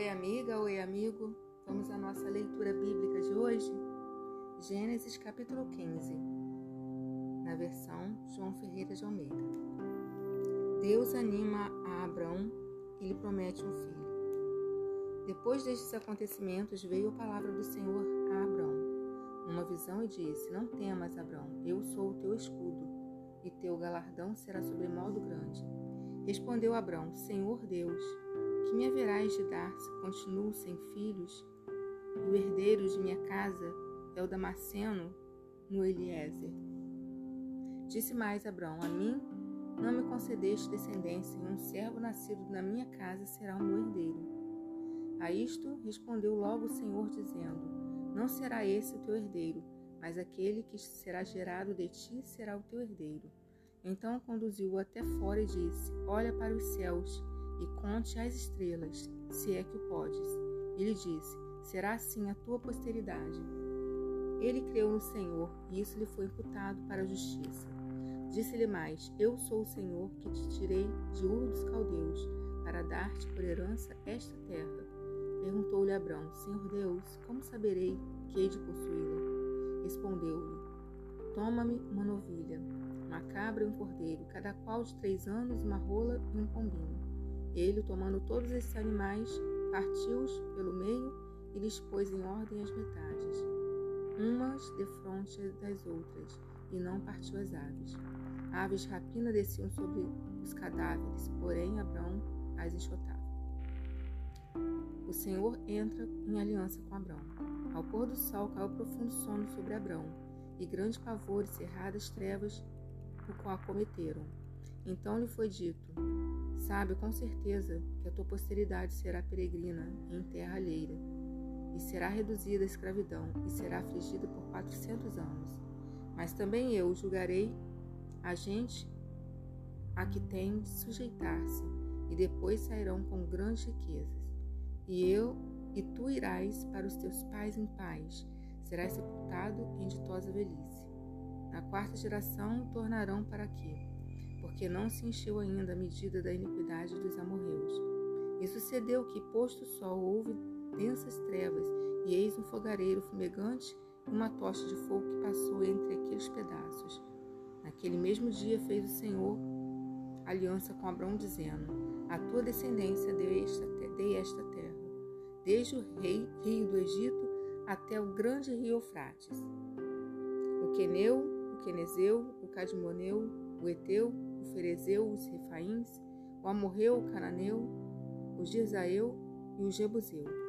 Oi, amiga, oi, amigo. Vamos à nossa leitura bíblica de hoje? Gênesis capítulo 15, na versão João Ferreira de Almeida. Deus anima a Abrão e lhe promete um filho. Depois destes acontecimentos veio a palavra do Senhor a Abrão, numa visão, e disse: Não temas, Abrão, eu sou o teu escudo, e teu galardão será sobremodo grande. Respondeu Abrão: Senhor Deus, que me haverás de dar se continuo sem filhos? E o herdeiro de minha casa é o Damasceno no Eliezer. Disse mais Abrão: A mim não me concedeste descendência, e um servo nascido na minha casa será o meu herdeiro. A isto respondeu logo o Senhor, dizendo: Não será esse o teu herdeiro, mas aquele que será gerado de ti será o teu herdeiro. Então conduziu-o até fora e disse: Olha para os céus e conte as estrelas, se é que o podes. E lhe disse: Será assim a tua posteridade. Ele creu no Senhor, e isso lhe foi imputado para a justiça. Disse-lhe mais: Eu sou o Senhor que te tirei de Ur dos Caldeus, para dar-te por herança esta terra. Perguntou-lhe Abrão: Senhor Deus, como saberei que hei de possuí-la? Respondeu-lhe: Toma-me uma novilha, uma cabra e um cordeiro, cada qual de 3 anos, uma rola e um pombinho. Ele, tomando todos esses animais, partiu-os pelo meio e lhes pôs em ordem as metades, umas defronte das outras, e não partiu as aves. Aves de rapina desciam sobre os cadáveres, porém Abrão as enxotava. O Senhor entra em aliança com Abrão. Ao pôr do sol caiu profundo sono sobre Abrão, e grande pavor e cerradas trevas o acometeram. Então lhe foi dito: Sabe com certeza que a tua posteridade será peregrina em terra alheia, e será reduzida à escravidão, e será afligida por 400 anos. Mas também eu julgarei a gente a que tem de sujeitar-se, e depois sairão com grandes riquezas. E tu irás para os teus pais em paz, serás sepultado em ditosa velhice. Na 4ª geração tornarão para aqui, porque não se encheu ainda a medida da iniquidade dos amorreus. E sucedeu que, posto o sol, houve densas trevas, e eis um fogareiro fumegante e uma tocha de fogo que passou entre aqueles pedaços. Naquele mesmo dia fez o Senhor aliança com Abrão, dizendo: A tua descendência dei esta terra, desde o rio do Egito até o grande rio Eufrates, o Queneu, o Quenezeu, o Cadmoneu, o Eteu, o Ferezeu, os Refaíns, o Amorreu, o Cananeu, o Girzaeu e o Jebuseu.